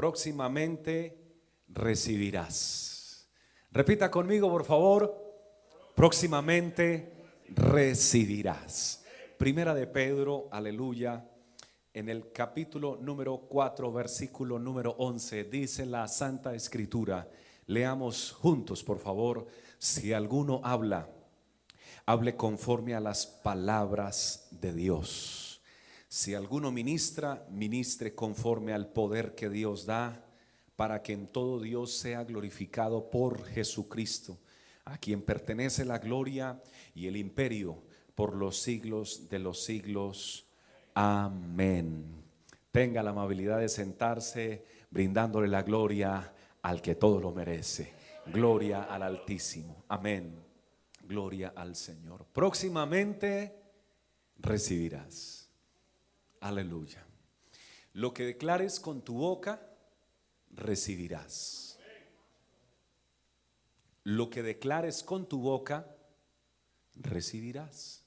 próximamente recibirás. Repita conmigo, por favor. Próximamente recibirás. Primera de Pedro, aleluya, en el capítulo número 4, versículo número 11, dice la Santa Escritura. Leamos juntos, por favor. Si alguno habla, hable conforme a las palabras de Dios. Si alguno ministra, ministre conforme al poder que Dios da, para que en todo Dios sea glorificado por Jesucristo, a quien pertenece la gloria y el imperio por los siglos de los siglos. Amén. Tenga la amabilidad de sentarse, brindándole la gloria al que todo lo merece. Gloria al Altísimo. Amén. Gloria al Señor. Próximamente recibirás. Aleluya. Lo que declares con tu boca, recibirás. Lo que declares con tu boca, recibirás.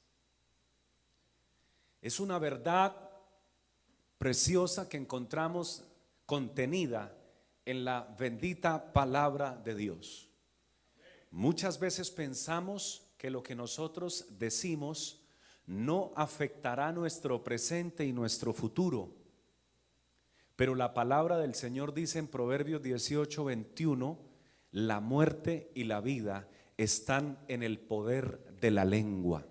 Es una verdad preciosa que encontramos contenida en la bendita palabra de Dios. Muchas veces pensamos que lo que nosotros decimos no afectará nuestro presente y nuestro futuro. Pero la palabra del Señor dice en Proverbios 18:21, la muerte y la vida están en el poder de la lengua.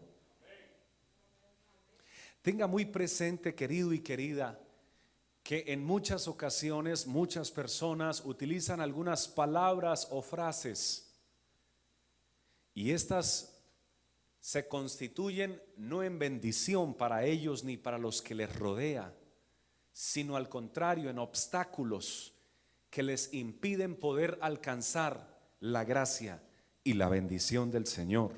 Tenga muy presente, querido y querida, que en muchas ocasiones muchas personas utilizan algunas palabras o frases y estas se constituyen no en bendición para ellos ni para los que les rodea, sino al contrario, en obstáculos que les impiden poder alcanzar la gracia y la bendición del Señor.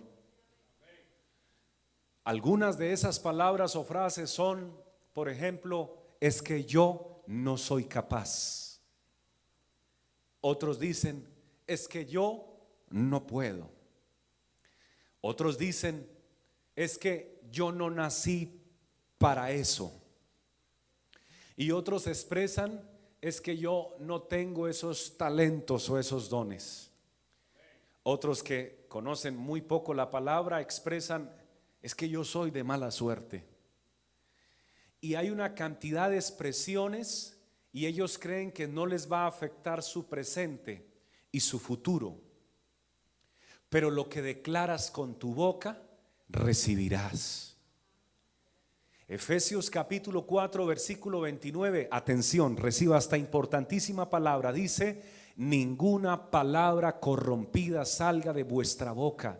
Algunas de esas palabras o frases son, por ejemplo, es que yo no soy capaz. Otros dicen, es que yo no puedo. Otros dicen, es que yo no nací para eso. Y otros expresan, es que yo no tengo esos talentos o esos dones. Otros que conocen muy poco la palabra expresan, es que yo soy de mala suerte. Y hay una cantidad de expresiones y ellos creen que no les va a afectar su presente y su futuro. Pero lo que declaras con tu boca, recibirás. Efesios capítulo 4 versículo 29, atención, reciba esta importantísima palabra. Dice, ninguna palabra corrompida salga de vuestra boca,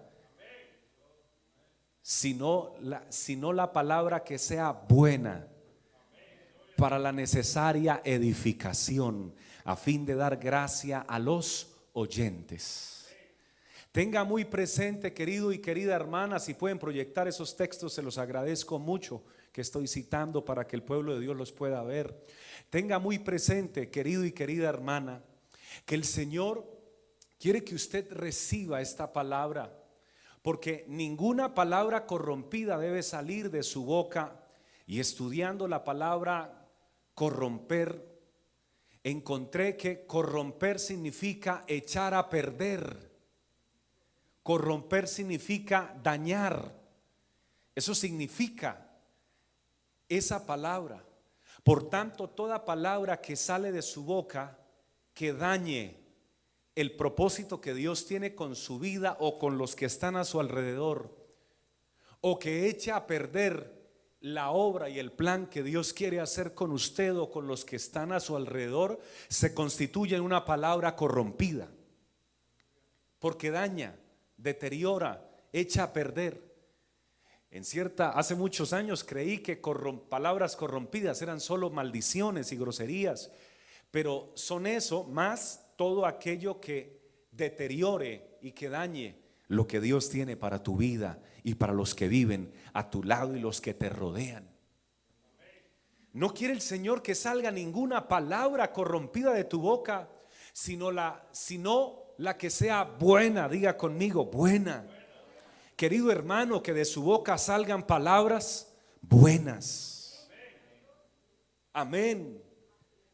sino la palabra que sea buena para la necesaria edificación, a fin de dar gracia a los oyentes. Tenga muy presente, querido y querida hermana, si pueden proyectar esos textos, se los agradezco mucho, que estoy citando para que el pueblo de Dios los pueda ver. Tenga muy presente, querido y querida hermana, que el Señor quiere que usted reciba esta palabra, porque ninguna palabra corrompida debe salir de su boca. Y estudiando la palabra corromper, encontré que corromper significa echar a perder. Corromper significa dañar. Eso significa esa palabra. Por tanto, toda palabra que sale de su boca que dañe el propósito que Dios tiene con su vida o con los que están a su alrededor, o que eche a perder la obra y el plan que Dios quiere hacer con usted o con los que están a su alrededor, se constituye en una palabra corrompida, porque daña, deteriora, echa a perder. Hace muchos años creí que palabras corrompidas eran solo maldiciones y groserías, pero son eso más todo aquello que deteriore y que dañe lo que Dios tiene para tu vida y para los que viven a tu lado y los que te rodean. No quiere el Señor que salga ninguna palabra corrompida de tu boca, sino la que sea buena. Diga conmigo, buena. Querido hermano, que de su boca salgan palabras buenas. Amén.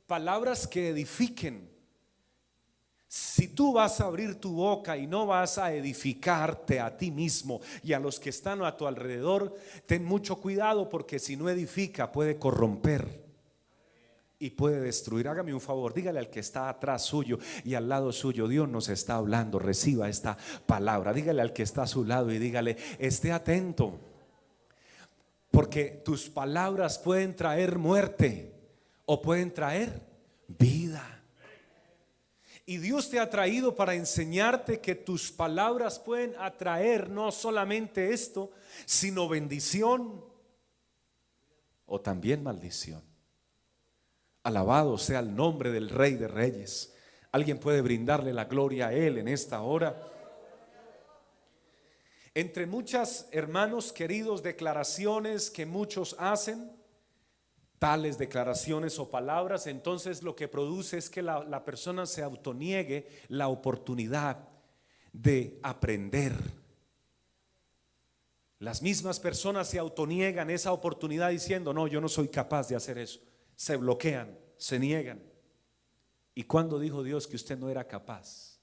palabras que edifiquen. Si tú vas a abrir tu boca y no vas a edificarte a ti mismo y a los que están a tu alrededor, ten mucho cuidado, porque si no edifica puede corromper y puede destruir. Hágame un favor, dígale al que está atrás suyo y al lado suyo: Dios nos está hablando, reciba esta palabra. Dígale al que está a su lado y dígale: esté atento, porque tus palabras pueden traer muerte o pueden traer vida. Y Dios te ha traído para enseñarte que tus palabras pueden atraer no solamente esto, sino bendición o también maldición. Alabado sea el nombre del Rey de Reyes. ¿Alguien puede brindarle la gloria a Él en esta hora? Entre muchas, hermanos queridos, declaraciones que muchos hacen, tales declaraciones o palabras, entonces lo que produce es que la persona se autoniegue la oportunidad de aprender. Las mismas personas se autoniegan esa oportunidad diciendo: no, yo no soy capaz de hacer eso. Se bloquean, se niegan. ¿Y cuándo dijo Dios que usted no era capaz?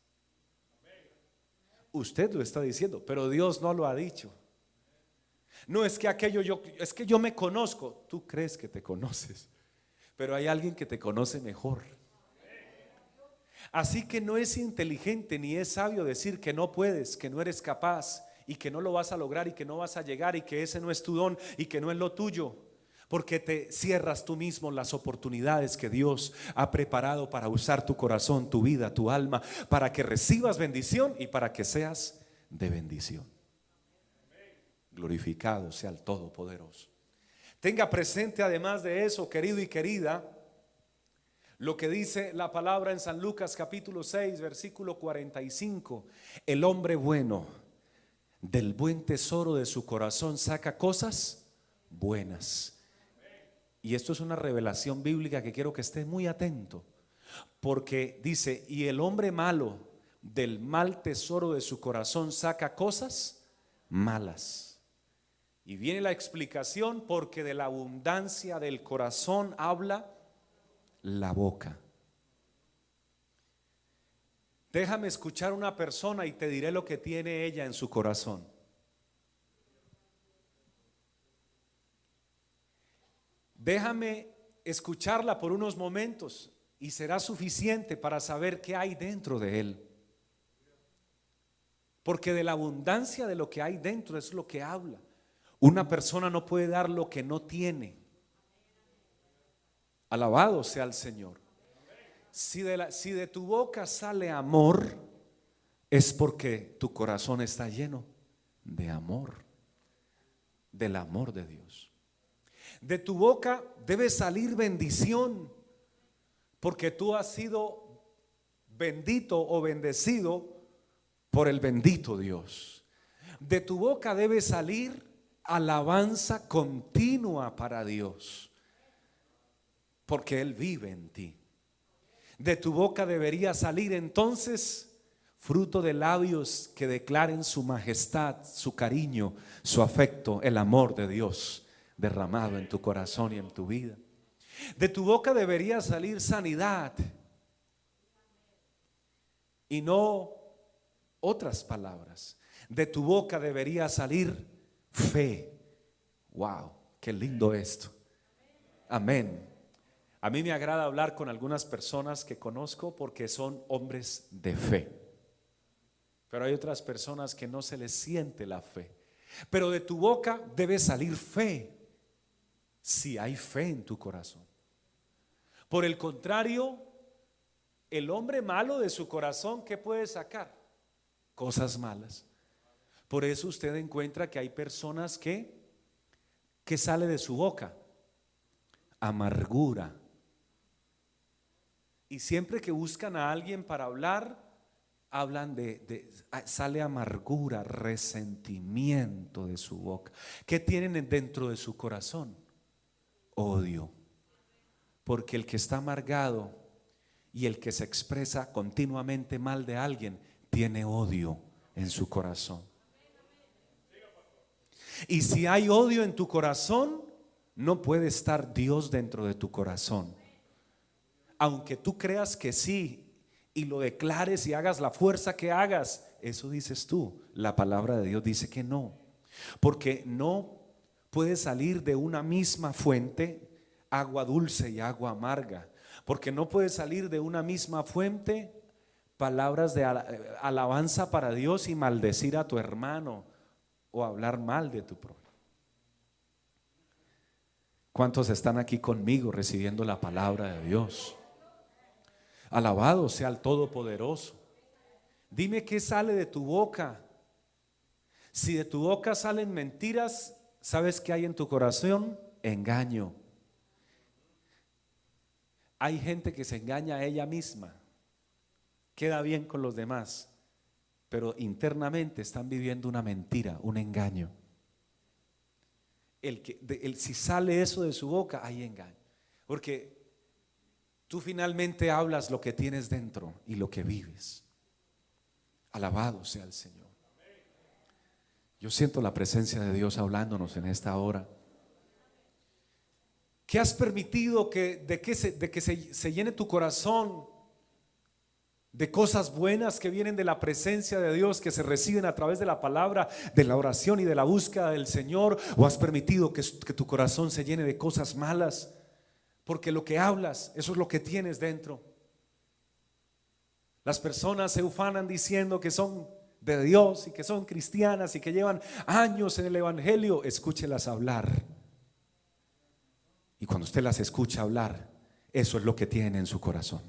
Usted lo está diciendo, pero Dios no lo ha dicho. No es que aquello es que yo me conozco. Tú crees que te conoces, pero hay alguien que te conoce mejor. Así que no es inteligente ni es sabio decir que no puedes, que no eres capaz y que no lo vas a lograr y que no vas a llegar y que ese no es tu don y que no es lo tuyo, porque te cierras tú mismo las oportunidades que Dios ha preparado para usar tu corazón, tu vida, tu alma, para que recibas bendición y para que seas de bendición. Glorificado sea el Todopoderoso. Tenga presente, además de eso, querido y querida, lo que dice la palabra en San Lucas capítulo 6 versículo 45. El hombre bueno del buen tesoro de su corazón saca cosas buenas. Y esto es una revelación bíblica que quiero que esté muy atento, porque dice: y el hombre malo del mal tesoro de su corazón saca cosas malas. Y viene la explicación: porque de la abundancia del corazón habla la boca. Déjame escuchar una persona y te diré lo que tiene ella en su corazón. Déjame escucharla por unos momentos y será suficiente para saber qué hay dentro de él. Porque de la abundancia de lo que hay dentro es lo que habla. Una persona no puede dar lo que no tiene. Alabado sea el Señor. Si de tu boca sale amor, es porque tu corazón está lleno de amor, del amor de Dios. De tu boca debe salir bendición, porque tú has sido bendito o bendecido por el bendito Dios. De tu boca debe salir alabanza continua para Dios, porque Él vive en ti. De tu boca debería salir entonces fruto de labios que declaren su majestad, su cariño, su afecto, el amor de Dios derramado en tu corazón y en tu vida. De tu boca debería salir sanidad y no otras palabras. De tu boca debería salir fe. Wow, qué lindo esto. Amén. A mí me agrada hablar con algunas personas que conozco porque son hombres de fe. Pero hay otras personas que no se les siente la fe. Pero de tu boca debe salir fe, si hay fe en tu corazón. Por el contrario, el hombre malo de su corazón, ¿qué puede sacar? Cosas malas. Por eso usted encuentra que hay personas que sale de su boca amargura. Y siempre que buscan a alguien para hablar, hablan sale amargura, resentimiento de su boca. ¿Qué tienen dentro de su corazón? Odio. Porque el que está amargado y el que se expresa continuamente mal de alguien tiene odio en su corazón. Y si hay odio en tu corazón, no puede estar Dios dentro de tu corazón. aunque tú creas que sí y lo declares y hagas la fuerza que hagas, eso dices tú. La palabra de Dios dice que no, porque no puede salir de una misma fuente agua dulce y agua amarga, porque no puede salir de una misma fuente palabras de alabanza para Dios y maldecir a tu hermano o hablar mal de tu prójimo. ¿Cuántos están aquí conmigo recibiendo la palabra de Dios? Alabado sea el Todopoderoso. Dime qué sale de tu boca. Si de tu boca salen mentiras, ¿sabes qué hay en tu corazón? Engaño. Hay gente que se engaña a ella misma, queda bien con los demás, pero internamente están viviendo una mentira, un engaño. Si sale eso de su boca, hay engaño, porque tú finalmente hablas lo que tienes dentro y lo que vives. Alabado sea el Señor. Yo siento la presencia de Dios hablándonos en esta hora. ¿Qué has permitido de que se llene tu corazón de cosas buenas que vienen de la presencia de Dios, que se reciben a través de la palabra, de la oración y de la búsqueda del Señor? ¿O has permitido que tu corazón se llene de cosas malas? Porque lo que hablas, eso es lo que tienes dentro. Las personas se ufanan diciendo que son de Dios y que son cristianas y que llevan años en el evangelio. Escúchelas hablar. Y cuando usted las escucha hablar, eso es lo que tienen en su corazón.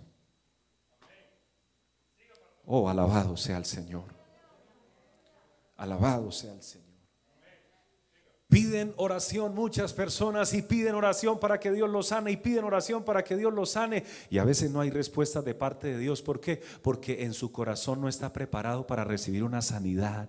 Oh, alabado sea el Señor. Alabado sea el Señor. Piden oración muchas personas y piden oración para que Dios los sane y piden oración para que Dios los sane, y a veces no hay respuesta de parte de Dios. ¿Por qué? Porque en su corazón no está preparado para recibir una sanidad.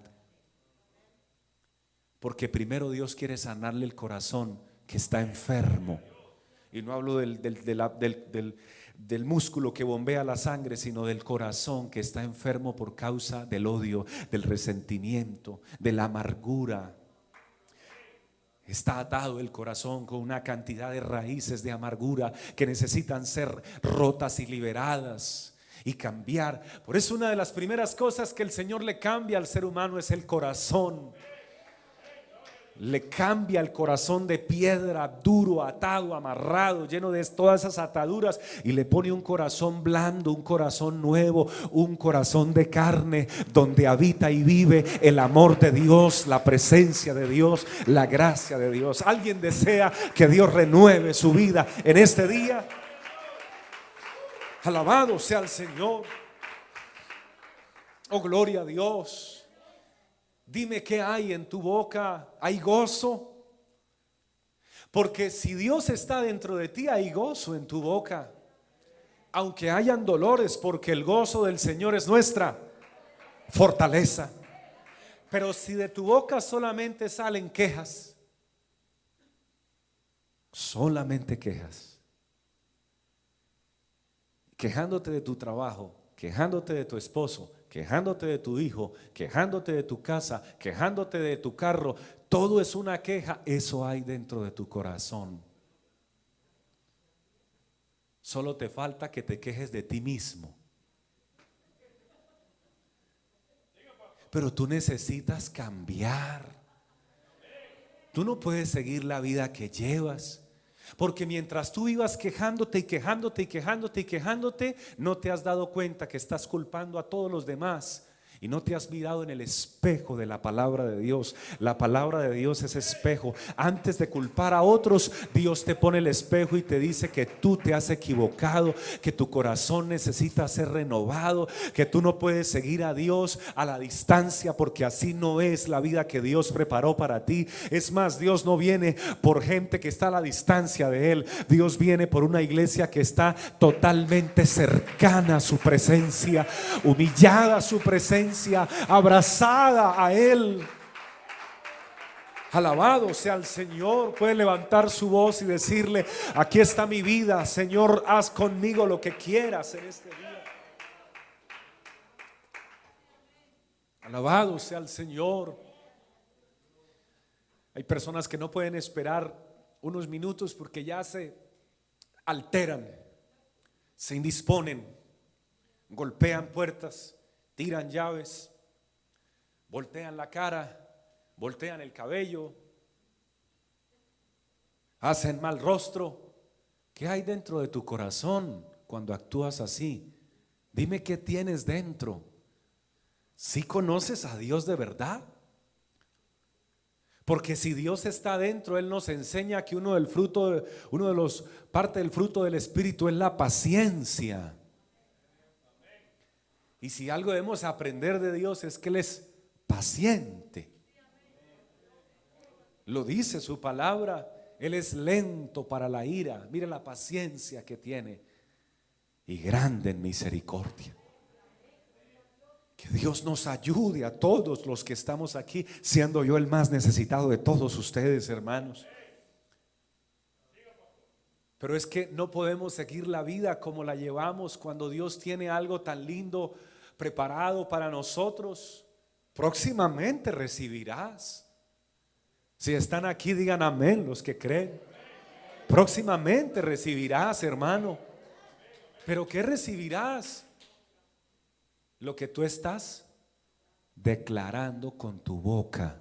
Porque primero Dios quiere sanarle el corazón que está enfermo. Y no hablo del músculo que bombea la sangre, sino del corazón que está enfermo por causa del odio, del resentimiento, de la amargura. Está atado el corazón con una cantidad de raíces de amargura que necesitan ser rotas y liberadas y cambiar. Por eso una de las primeras cosas que el Señor le cambia al ser humano es el corazón. Le cambia el corazón de piedra, duro, atado, amarrado, lleno de todas esas ataduras, y le pone un corazón blando, un corazón nuevo, un corazón de carne, donde habita y vive el amor de Dios, la presencia de Dios, la gracia de Dios. ¿Alguien desea que Dios renueve su vida en este día? Alabado sea el Señor. Oh, gloria a Dios. Dime qué hay en tu boca. ¿Hay gozo? Porque si Dios está dentro de ti, hay gozo en tu boca, aunque hayan dolores, porque el gozo del Señor es nuestra fortaleza. Pero si de tu boca solamente salen quejas, solamente quejas, quejándote de tu trabajo, quejándote de tu esposo, quejándote de tu hijo, quejándote de tu casa, quejándote de tu carro, todo es una queja. Eso hay dentro de tu corazón. Solo te falta que te quejes de ti mismo. Pero tú necesitas cambiar. Tú no puedes seguir la vida que llevas, porque mientras tú ibas quejándote y quejándote y quejándote y quejándote, no te has dado cuenta que estás culpando a todos los demás y no te has mirado en el espejo de la palabra de Dios. La palabra de Dios es espejo. Antes de culpar a otros, Dios te pone el espejo y te dice que tú te has equivocado, que tu corazón necesita ser renovado, que tú no puedes seguir a Dios a la distancia, porque así no es la vida que Dios preparó para ti. Es más, Dios no viene por gente que está a la distancia de Él. Dios viene por una iglesia que está totalmente cercana a su presencia, humillada a su presencia, abrazada a Él. Alabado sea el Señor. Puede levantar su voz y decirle: aquí está mi vida, Señor, haz conmigo lo que quieras en este día. Alabado sea el Señor. Hay personas que no pueden esperar unos minutos porque ya se alteran, se indisponen, golpean puertas, tiran llaves, voltean la cara, voltean el cabello, hacen mal rostro. ¿Qué hay dentro de tu corazón cuando actúas así? Dime qué tienes dentro. ¿Sí conoces a Dios de verdad? Porque si Dios está dentro, Él nos enseña que parte del fruto del Espíritu es la paciencia. Y si algo debemos aprender de Dios es que Él es paciente. Lo dice su palabra, Él es lento para la ira. Mira la paciencia que tiene y grande en misericordia. Que Dios nos ayude a todos los que estamos aquí, siendo yo el más necesitado de todos ustedes, hermanos. Pero es que no podemos seguir la vida como la llevamos cuando Dios tiene algo tan lindo preparado para nosotros. Próximamente recibirás. Si están aquí, digan amén los que creen. Próximamente recibirás, hermano. ¿Pero qué recibirás? Lo que tú estás declarando con tu boca.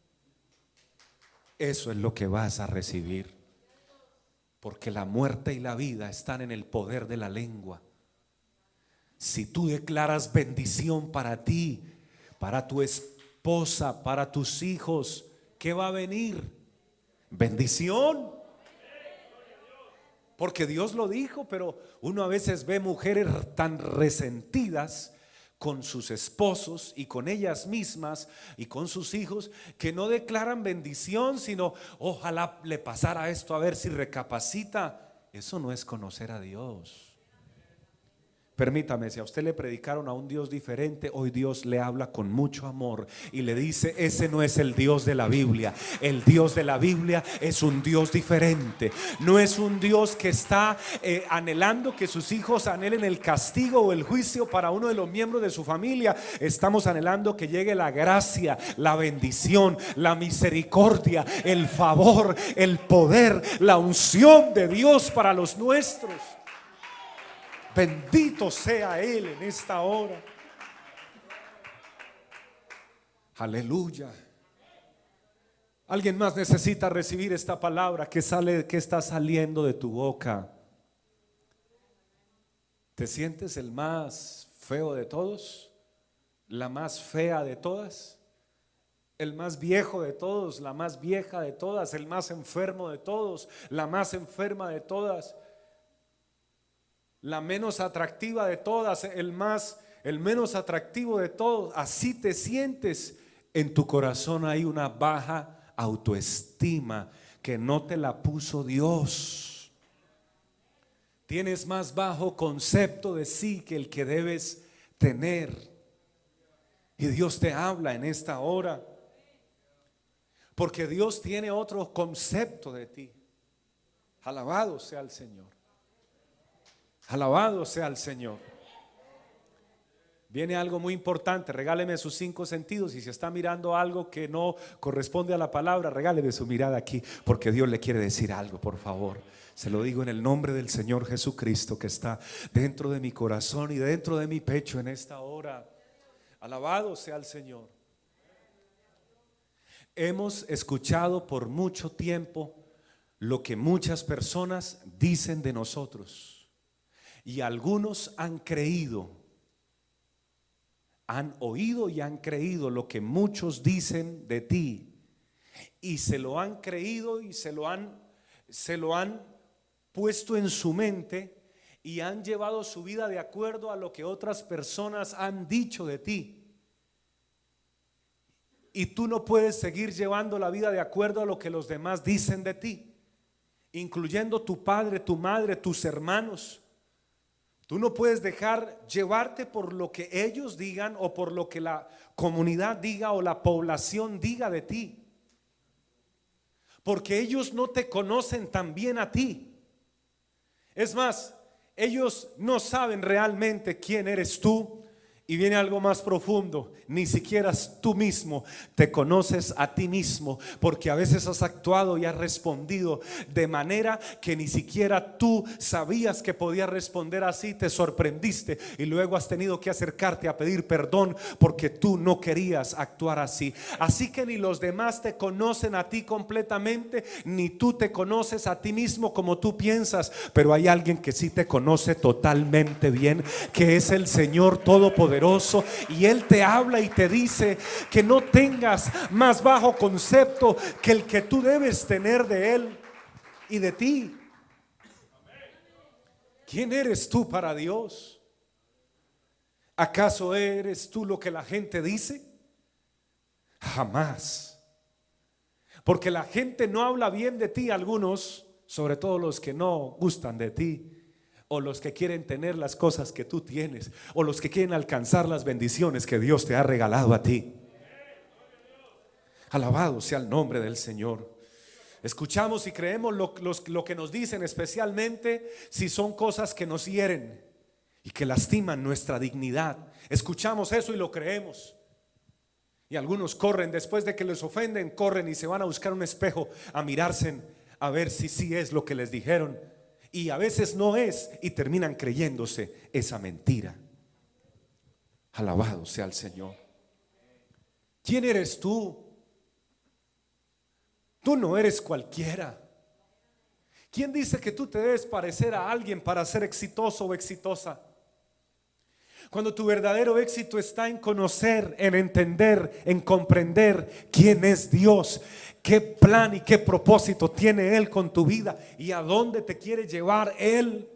Eso es lo que vas a recibir. Porque la muerte y la vida están en el poder de la lengua. Si tú declaras bendición para ti, para tu esposa, para tus hijos, ¿qué va a venir? Bendición. Porque Dios lo dijo, pero uno a veces ve mujeres tan resentidas con sus esposos y con ellas mismas y con sus hijos, que no declaran bendición, sino ojalá le pasara esto a ver si recapacita. Eso no es conocer a Dios. Permítame, si a usted le predicaron a un Dios diferente, hoy Dios le habla con mucho amor y le dice: ese no es el Dios de la Biblia. El Dios de la Biblia es un Dios diferente. No es un Dios que está anhelando que sus hijos anhelen el castigo o el juicio para uno de los miembros de su familia. Estamos anhelando que llegue la gracia, la bendición, la misericordia, el favor, el poder, la unción de Dios para los nuestros. Bendito sea Él en esta hora. Aleluya. Alguien más necesita recibir esta palabra que está saliendo de tu boca. ¿Te sientes el más feo de todos? ¿La más fea de todas? ¿El más viejo de todos? ¿La más vieja de todas? ¿El más enfermo de todos? ¿La más enferma de todas? ¿La menos atractiva de todas? ¿El menos atractivo de todos? Así te sientes. En tu corazón hay una baja autoestima que no te la puso Dios. Tienes más bajo concepto de sí que el que debes tener. Y Dios te habla en esta hora, porque Dios tiene otro concepto de ti. Alabado sea el Señor. Alabado sea el Señor. Viene algo muy importante. Regáleme sus 5 sentidos. Y si está mirando algo que no corresponde a la palabra, regáleme su mirada aquí, porque Dios le quiere decir algo, por favor. Se lo digo en el nombre del Señor Jesucristo, que está dentro de mi corazón y dentro de mi pecho en esta hora. Alabado sea el Señor. Hemos escuchado por mucho tiempo lo que muchas personas dicen de nosotros. Y algunos han creído, han oído y han creído lo que muchos dicen de ti. Y se lo han creído y se lo han puesto en su mente y han llevado su vida de acuerdo a lo que otras personas han dicho de ti. Y tú no puedes seguir llevando la vida de acuerdo a lo que los demás dicen de ti, incluyendo tu padre, tu madre, tus hermanos. Tú no puedes dejar llevarte por lo que ellos digan o por lo que la comunidad diga o la población diga de ti, porque ellos no te conocen tan bien a ti. Es más, ellos no saben realmente quién eres tú Y viene algo más profundo. Ni siquiera tú mismo te conoces a ti mismo, porque a veces has actuado y has respondido de manera que ni siquiera tú sabías que podías responder así. Te sorprendiste y luego has tenido que acercarte a pedir perdón porque tú no querías actuar así. Así que ni los demás te conocen a ti completamente, ni tú te conoces a ti mismo como tú piensas. Pero hay alguien que sí te conoce totalmente bien, que es el Señor Todopoderoso. Y Él te habla y te dice que no tengas más bajo concepto que el que tú debes tener de Él y de ti. ¿Quién eres tú para Dios? ¿Acaso eres tú lo que la gente dice? Jamás. Porque la gente no habla bien de ti, algunos, sobre todo los que no gustan de ti, o los que quieren tener las cosas que tú tienes, o los que quieren alcanzar las bendiciones que Dios te ha regalado a ti. Alabado sea el nombre del Señor. Escuchamos y creemos lo que nos dicen, especialmente si son cosas que nos hieren y que lastiman nuestra dignidad. Escuchamos eso y lo creemos. Y algunos corren, después de que les ofenden, corren y se van a buscar un espejo a mirarse, a ver si sí es lo que les dijeron. Y a veces no es, y terminan creyéndose esa mentira. Alabado sea el Señor. ¿Quién eres tú? Tú no eres cualquiera. ¿Quién dice que tú te debes parecer a alguien para ser exitoso o exitosa? Cuando tu verdadero éxito está en conocer, en entender, en comprender quién es Dios, qué plan y qué propósito tiene Él con tu vida y a dónde te quiere llevar Él.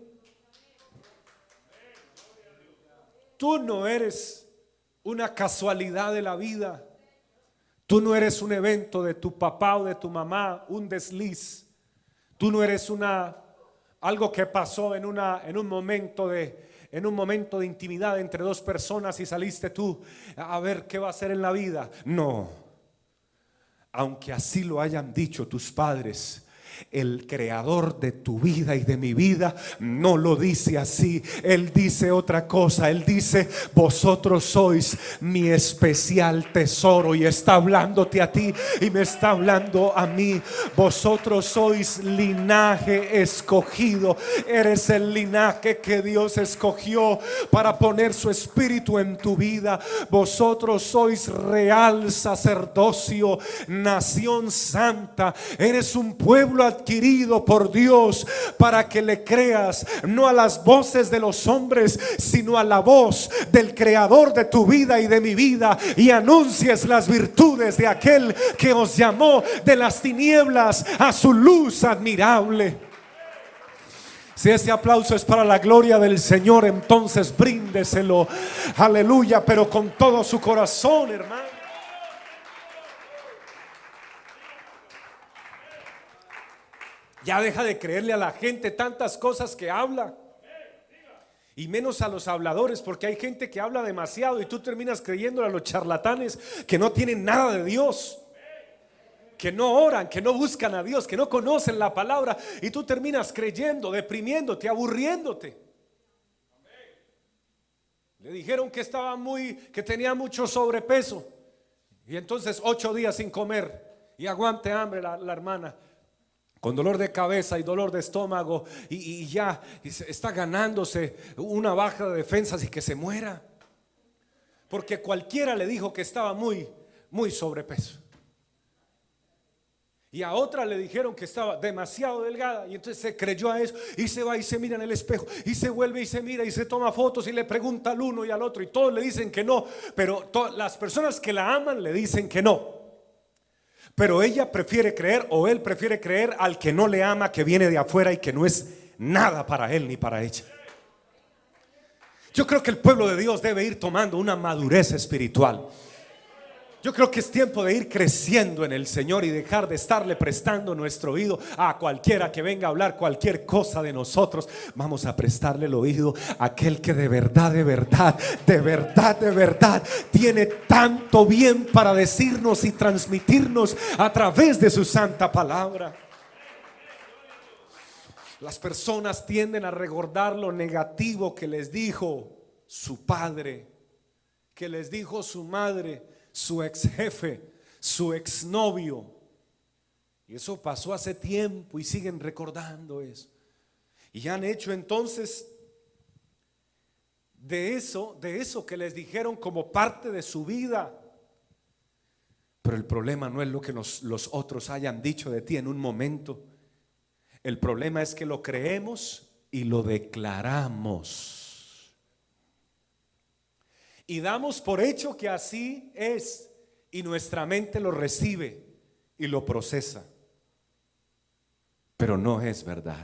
Tú no eres una casualidad de la vida. Tú no eres un evento de tu papá o de tu mamá, un desliz. Tú no eres algo que pasó en un momento de intimidad entre dos personas y saliste tú a ver qué va a hacer en la vida. No, aunque así lo hayan dicho tus padres, el creador de tu vida y de mi vida no lo dice así. Él dice otra cosa. Él dice: vosotros sois mi especial tesoro. Y está hablándote a ti y me está hablando a mí. Vosotros sois linaje escogido. Eres el linaje que Dios escogió para poner su espíritu en tu vida. Vosotros sois real sacerdocio, nación santa. Eres un pueblo adquirido por Dios para que le creas, no a las voces de los hombres, sino a la voz del creador de tu vida y de mi vida, y anuncies las virtudes de aquel que os llamó de las tinieblas a su luz admirable. Si ese aplauso es para la gloria del Señor, entonces bríndeselo, aleluya, pero con todo su corazón, hermano. Ya deja de creerle a la gente tantas cosas que habla, y menos a los habladores, porque hay gente que habla demasiado y tú terminas creyéndole a los charlatanes que no tienen nada de Dios, que no oran, que no buscan a Dios, que no conocen la palabra, y tú terminas creyendo, deprimiéndote, aburriéndote. Le dijeron que que tenía mucho sobrepeso, y entonces 8 días sin comer y aguante hambre la hermana, con dolor de cabeza y dolor de estómago, y ya está ganándose una baja de defensas y que se muera, porque cualquiera le dijo que estaba muy sobrepeso. Y a otra le dijeron que estaba demasiado delgada, y entonces se creyó a eso y se va y se mira en el espejo y se vuelve y se mira y se toma fotos y le pregunta al uno y al otro, y todos le dicen que no, pero las personas que la aman le dicen que no. Pero ella prefiere creer, o él prefiere creer al que no le ama, que viene de afuera y que no es nada para él ni para ella. Yo creo que el pueblo de Dios debe ir tomando una madurez espiritual. Yo creo que es tiempo de ir creciendo en el Señor y dejar de estarle prestando nuestro oído a cualquiera que venga a hablar cualquier cosa de nosotros. Vamos a prestarle el oído a aquel que de verdad tiene tanto bien para decirnos y transmitirnos a través de su santa palabra. Las personas tienden a recordar lo negativo que les dijo su padre que les dijo su madre, su ex jefe, su exnovio. Y eso pasó hace tiempo y siguen recordando eso. Y han hecho entonces de eso que les dijeron como parte de su vida. Pero el problema no es lo que los otros hayan dicho de ti en un momento. El problema es que lo creemos y lo declaramos. Y damos por hecho que así es. Y nuestra mente lo recibe y lo procesa. Pero no es verdad.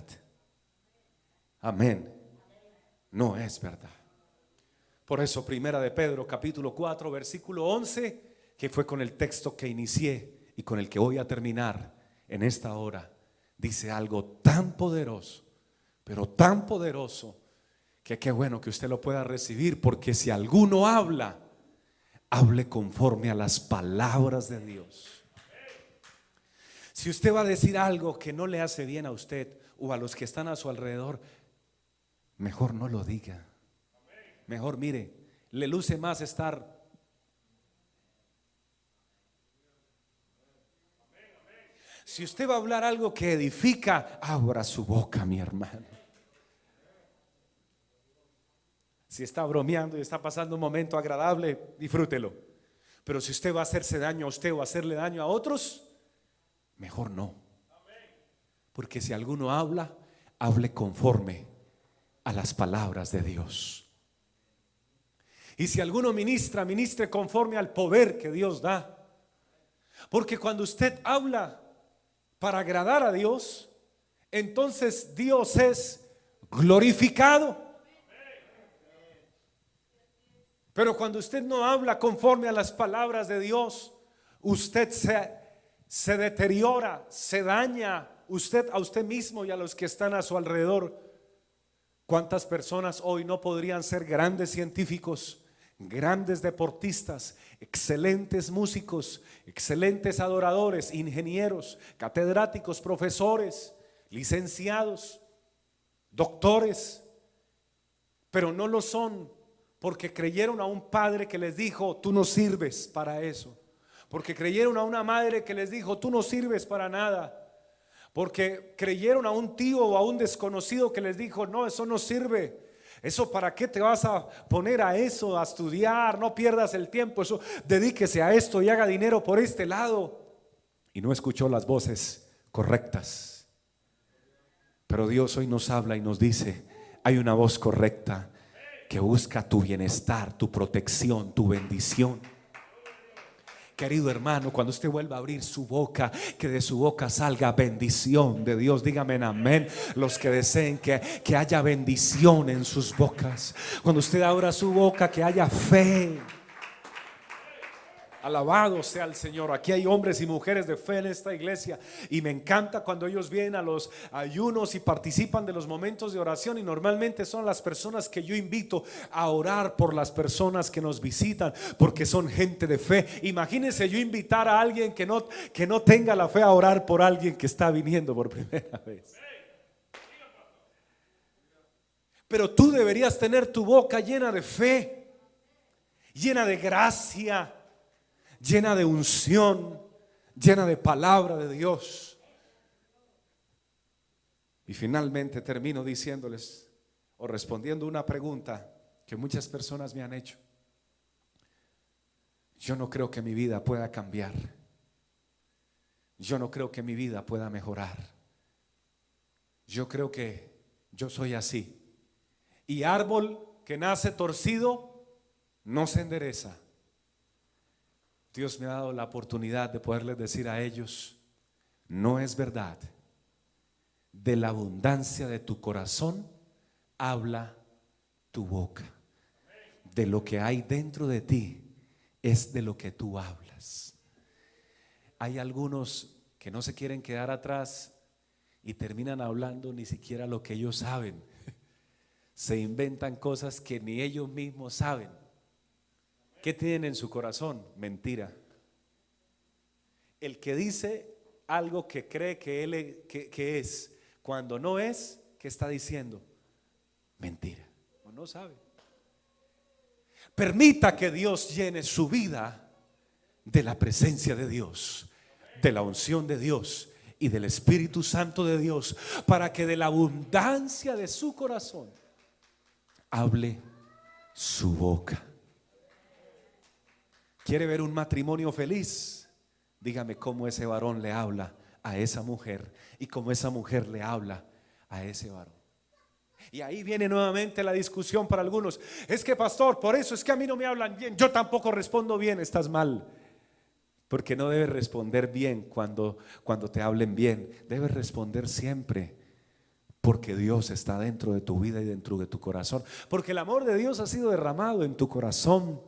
Amén. No es verdad. Por eso Primera de Pedro capítulo 4 versículo 11, que fue con el texto que inicié y con el que voy a terminar en esta hora, dice algo tan poderoso, pero tan poderoso, que qué bueno que usted lo pueda recibir, porque si alguno habla, hable conforme a las palabras de Dios. Si usted va a decir algo que no le hace bien a usted o a los que están a su alrededor, mejor no lo diga. Mejor mire, le luce más estar. Si usted va a hablar algo que edifica, abra su boca, mi hermano. Si está bromeando y está pasando un momento agradable, disfrútelo. Pero si usted va a hacerse daño a usted o hacerle daño a otros, mejor no. Porque si alguno habla, hable conforme a las palabras de Dios. Y si alguno ministra, ministre conforme al poder que Dios da. Porque cuando usted habla para agradar a Dios, entonces Dios es glorificado. Pero cuando usted no habla conforme a las palabras de Dios, usted se deteriora, se daña usted a usted mismo y a los que están a su alrededor. ¿Cuántas personas hoy no podrían ser grandes científicos, grandes deportistas, excelentes músicos, excelentes adoradores, ingenieros, catedráticos, profesores, licenciados, doctores? Pero no lo son porque creyeron a un padre que les dijo: tú no sirves para eso. Porque creyeron a una madre que les dijo: tú no sirves para nada. Porque creyeron a un tío o a un desconocido que les dijo: no, eso no sirve. Eso, ¿para qué te vas a poner a eso, a estudiar? No pierdas el tiempo, eso, dedíquese a esto y haga dinero por este lado. Y no escuchó las voces correctas. Pero Dios hoy nos habla y nos dice: hay una voz correcta que busca tu bienestar, tu protección, tu bendición. Querido hermano, cuando usted vuelva a abrir su boca, que de su boca salga bendición de Dios. Dígame amén. Los que deseen que haya bendición en sus bocas. Cuando usted abra su boca, que haya fe. Alabado sea el Señor. Aquí hay hombres y mujeres de fe en esta iglesia, y me encanta cuando ellos vienen a los ayunos y participan de los momentos de oración, y normalmente son las personas que yo invito a orar por las personas que nos visitan, porque son gente de fe. Imagínense yo invitar a alguien que no tenga la fe a orar por alguien que está viniendo por primera vez. Pero tú deberías tener tu boca llena de fe, llena de gracia, llena de unción, llena de palabra de Dios. Y finalmente termino diciéndoles, o respondiendo una pregunta que muchas personas me han hecho. Yo no creo que mi vida pueda cambiar. Yo no creo que mi vida pueda mejorar. Yo creo que yo soy así. Y árbol que nace torcido no se endereza. Dios me ha dado la oportunidad de poderles decir a ellos: no es verdad. De la abundancia de tu corazón habla tu boca. De lo que hay dentro de ti es de lo que tú hablas. Hay algunos que no se quieren quedar atrás y terminan hablando ni siquiera lo que ellos saben. Se inventan cosas que ni ellos mismos saben. ¿Qué tienen en su corazón? Mentira. El que dice algo que cree que es, cuando no es, ¿qué está diciendo? Mentira. O no sabe. Permita que Dios llene su vida de la presencia de Dios, de la unción de Dios y del Espíritu Santo de Dios, para que de la abundancia de su corazón hable su boca. ¿Quiere ver un matrimonio feliz? Dígame cómo ese varón le habla a esa mujer y cómo esa mujer le habla a ese varón. Y ahí viene nuevamente la discusión para algunos. Es que, pastor, por eso es que a mí no me hablan bien, yo tampoco respondo bien. Estás mal, porque no debes responder bien cuando te hablen bien. Debes responder siempre, porque Dios está dentro de tu vida y dentro de tu corazón, porque el amor de Dios ha sido derramado en tu corazón.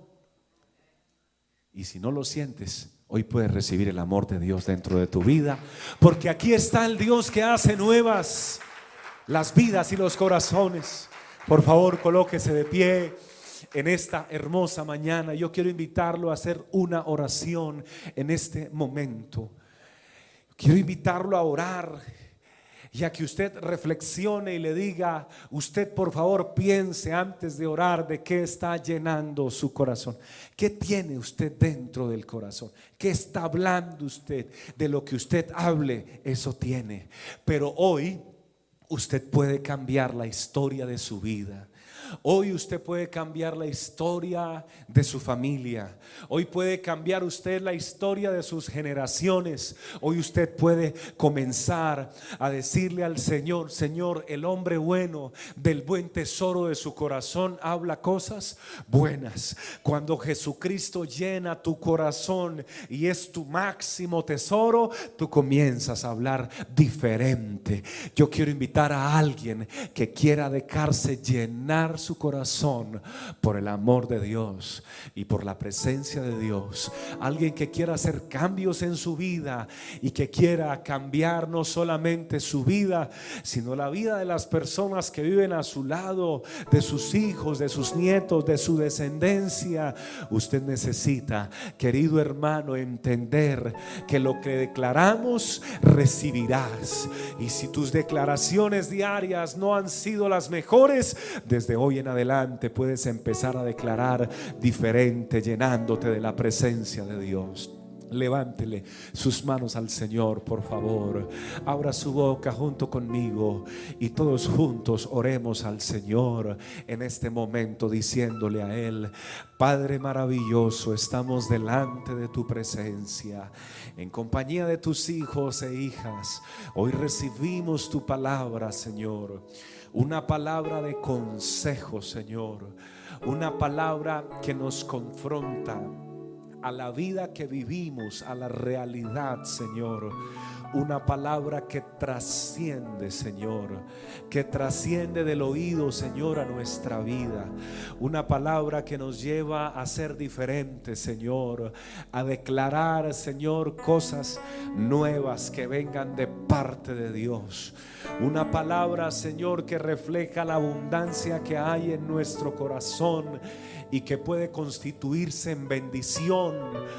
Y si no lo sientes, hoy puedes recibir el amor de Dios dentro de tu vida, porque aquí está el Dios que hace nuevas las vidas y los corazones. Por favor, colóquese de pie en esta hermosa mañana. Yo quiero invitarlo a hacer una oración en este momento. Quiero invitarlo a orar, y a que usted reflexione y le diga, usted por favor piense antes de orar de qué está llenando su corazón. ¿Qué tiene usted dentro del corazón? ¿Qué está hablando usted? De lo que usted hable, eso tiene. Pero hoy usted puede cambiar la historia de su vida. Hoy usted puede cambiar la historia de su familia. Hoy puede cambiar usted la historia de sus generaciones. Hoy usted puede comenzar a decirle al Señor: Señor, el hombre bueno del buen tesoro de su corazón habla cosas buenas. Cuando Jesucristo llena tu corazón y es tu máximo tesoro, tú comienzas a hablar diferente. Yo quiero invitar a alguien que quiera dejarse llenar su corazón por el amor de Dios y por la presencia de Dios. Alguien que quiera hacer cambios en su vida y que quiera cambiar no solamente su vida, sino la vida de las personas que viven a su lado, de sus hijos, de sus nietos, de su descendencia. Usted necesita, querido hermano, entender que lo que declaramos recibirás. Y si tus declaraciones diarias no han sido las mejores, desde hoy en adelante puedes empezar a declarar diferente, llenándote de la presencia de Dios. Levántele sus manos al Señor, por favor. Abra su boca junto conmigo y todos juntos oremos al Señor en este momento, diciéndole a Él: Padre maravilloso, estamos delante de tu presencia en compañía de tus hijos e hijas. Hoy recibimos tu palabra, Señor. Una palabra de consejo, Señor. Una palabra que nos confronta a la vida que vivimos, a la realidad, Señor. Una palabra que trasciende, Señor, que trasciende del oído, Señor, a nuestra vida. Una palabra que nos lleva a ser diferentes, Señor, a declarar, Señor, cosas nuevas que vengan de parte de Dios. Una palabra, Señor, que refleja la abundancia que hay en nuestro corazón y que puede constituirse en bendición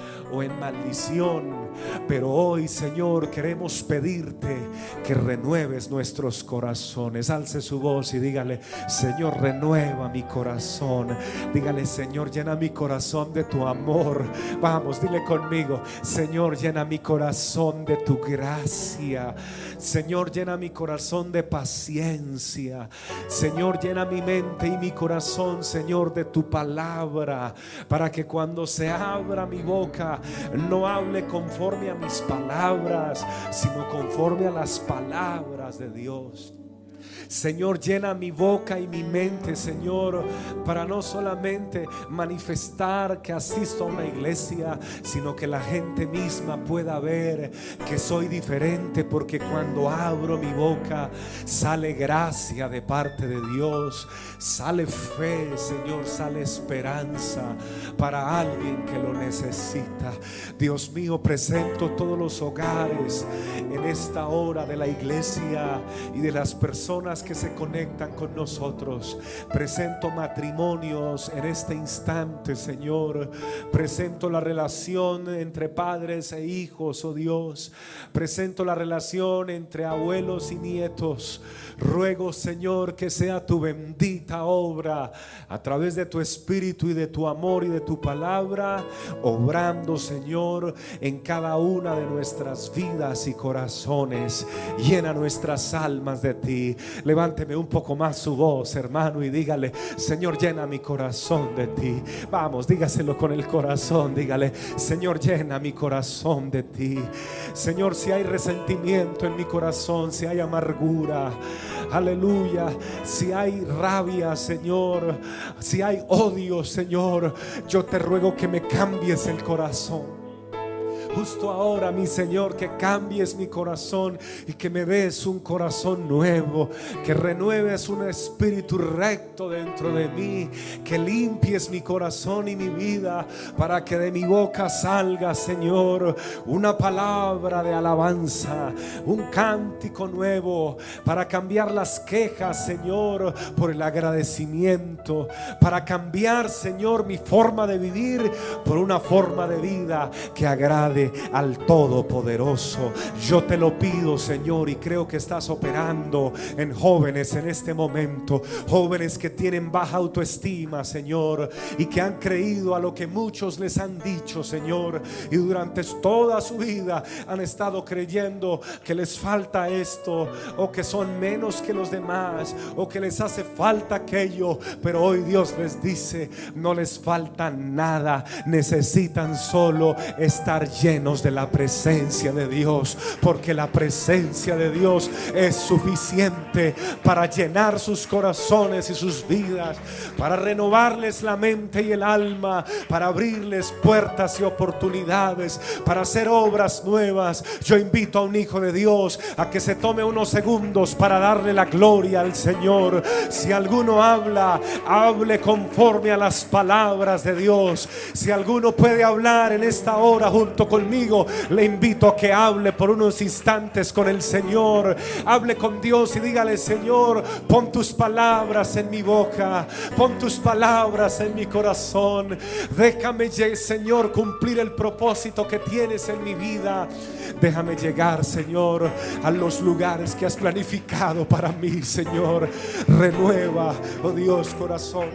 o en maldición. Pero hoy, Señor, queremos pedirte que renueves nuestros corazones. Alce su voz y dígale: Señor, renueva mi corazón. Dígale: Señor, llena mi corazón de tu amor. Vamos, dile conmigo: Señor, llena mi corazón de tu gracia. Señor, llena mi corazón de paciencia. Señor, llena mi mente y mi corazón, Señor, de tu palabra, para que cuando se abra mi boca no hable conforme a mis palabras, sino conforme a las palabras de Dios. Señor, llena mi boca y mi mente, Señor, para no solamente manifestar que asisto a una iglesia, sino que la gente misma pueda ver que soy diferente, porque cuando abro mi boca sale gracia de parte de Dios, sale fe, Señor, sale esperanza para alguien que lo necesita. Dios mío, presento todos los hogares en esta hora de la iglesia y de las personas personas que se conectan con nosotros. Presento matrimonios en este instante, Señor. Presento la relación entre padres e hijos, oh Dios. Presento la relación entre abuelos y nietos. Ruego, Señor, que sea tu bendita obra a través de tu Espíritu y de tu amor y de tu palabra, obrando, Señor, en cada una de nuestras vidas y corazones. Llena nuestras almas de ti. Levánteme un poco más su voz, hermano, y dígale: Señor, llena mi corazón de ti. Vamos, dígaselo con el corazón. Dígale: Señor, llena mi corazón de ti. Señor, si hay resentimiento en mi corazón, si hay amargura, aleluya, si hay rabia, Señor, si hay odio, Señor, yo te ruego que me cambies el corazón. Justo ahora, mi Señor, que cambies mi corazón y que me des un corazón nuevo, que renueves un espíritu recto dentro de mí, que limpies mi corazón y mi vida, para que de mi boca salga, Señor, una palabra de alabanza, un cántico nuevo, para cambiar las quejas, Señor, por el agradecimiento, para cambiar, Señor, mi forma de vivir por una forma de vida que agrade al Todopoderoso. Yo te lo pido, Señor, y creo que estás operando en jóvenes en este momento, jóvenes que tienen baja autoestima, Señor, y que han creído a lo que muchos les han dicho, Señor, y durante toda su vida han estado creyendo que les falta esto, o que son menos que los demás, o que les hace falta aquello. Pero hoy Dios les dice: no les falta nada, necesitan solo estar llenos de la presencia de Dios, porque la presencia de Dios es suficiente para llenar sus corazones y sus vidas, para renovarles la mente y el alma, para abrirles puertas y oportunidades, para hacer obras nuevas. Yo invito a un hijo de Dios a que se tome unos segundos para darle la gloria al Señor. Si alguno habla, hable conforme a las palabras de Dios. Si alguno puede hablar en esta hora junto conmigo, le invito a que hable por unos instantes con el Señor. Hable con Dios y dígale: Señor, pon tus palabras en mi boca, pon tus palabras en mi corazón. Déjame, Señor, cumplir el propósito que tienes en mi vida. Déjame llegar, Señor, a los lugares que has planificado para mí, Señor. Renueva, oh Dios, corazón.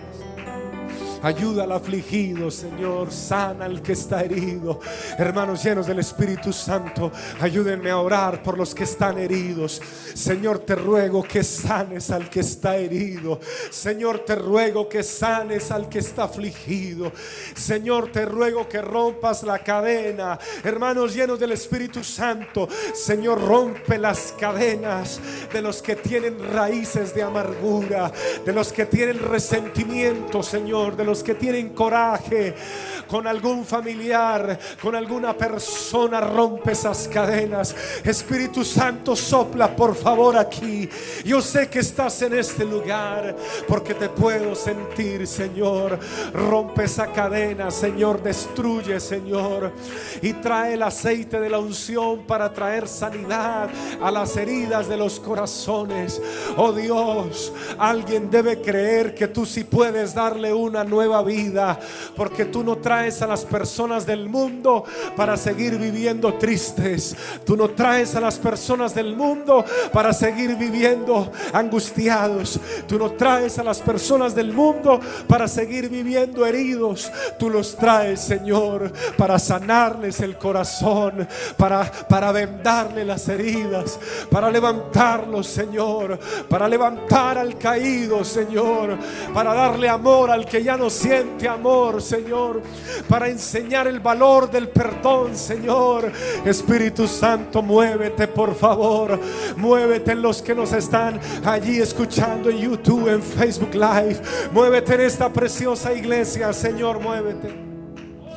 Ayuda al afligido, Señor. Sana al que está herido. Hermanos llenos del Espíritu Santo, ayúdenme a orar por los que están heridos. Señor, te ruego que sanes al que está herido. Señor, te ruego que sanes al que está afligido. Señor, te ruego que rompas la cadena. Hermanos llenos del Espíritu Santo, Señor, rompe las cadenas de los que tienen raíces de amargura, de los que tienen resentimiento, Señor, de los que tienen coraje con algún familiar, con alguna persona. Rompe esas cadenas. Espíritu Santo, sopla por favor aquí. Yo sé que estás en este lugar porque te puedo sentir, Señor. Rompe esa cadena, Señor. Destruye, Señor, y trae el aceite de la unción para traer sanidad a las heridas de los corazones. Oh Dios, alguien debe creer que tú sí puedes darle una nueva vida, porque tú no traes a las personas del mundo para seguir viviendo tristes. Tú no traes a las personas del mundo para seguir viviendo angustiados. Tú no traes a las personas del mundo para seguir viviendo heridos. Tú los traes, Señor, para sanarles el corazón, para vendarle las heridas, para levantarlos, Señor, para levantar al caído, Señor, para darle amor al que ya no siente amor, Señor, para enseñar el valor del perdón, Señor. Espíritu Santo, muévete por favor. Muévete en los que nos están allí escuchando en YouTube, en Facebook Live. Muévete en esta preciosa iglesia, Señor, muévete.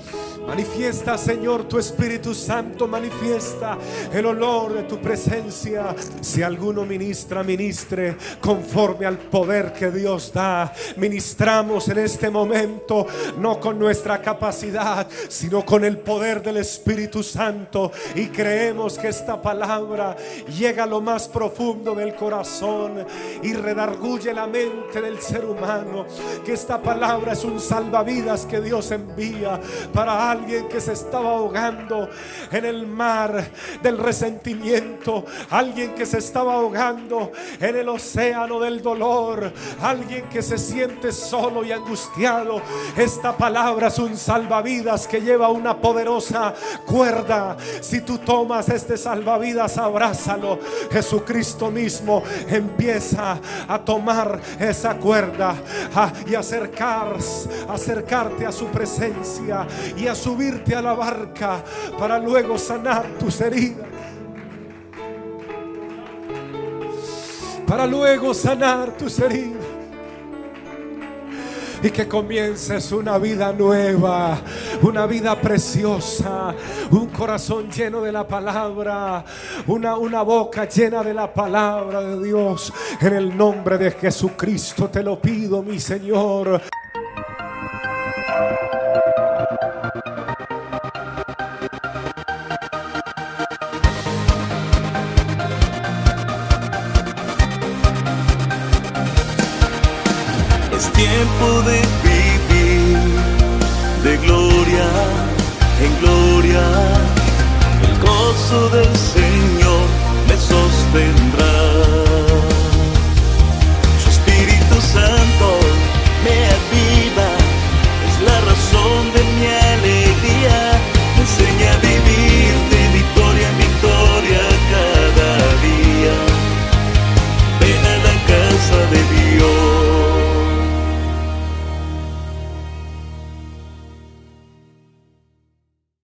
Manifiesta, Señor, tu Espíritu Santo, manifiesta el olor de tu presencia. Si alguno ministra, ministre conforme al poder que Dios da. Ministramos en este momento, no con nuestra capacidad, sino con el poder del Espíritu Santo. Y creemos que esta palabra llega a lo más profundo del corazón y redarguye la mente del ser humano. Que esta palabra es un salvavidas que Dios envía para alguien que se estaba ahogando en el mar del resentimiento, alguien que se estaba ahogando en el océano del dolor, alguien que se siente solo y angustiado. Esta palabra es un salvavidas que lleva una poderosa cuerda. Si tú tomas este salvavidas, abrázalo. Jesucristo mismo empieza a tomar esa cuerda y acercarte a su presencia y a subirte a la barca para luego sanar tus heridas, para luego sanar tus heridas, y que comiences una vida nueva, una vida preciosa, un corazón lleno de la palabra, una boca llena de la palabra de Dios. En el nombre de Jesucristo te lo pido, mi Señor. Es tiempo de vivir de gloria en gloria, el gozo del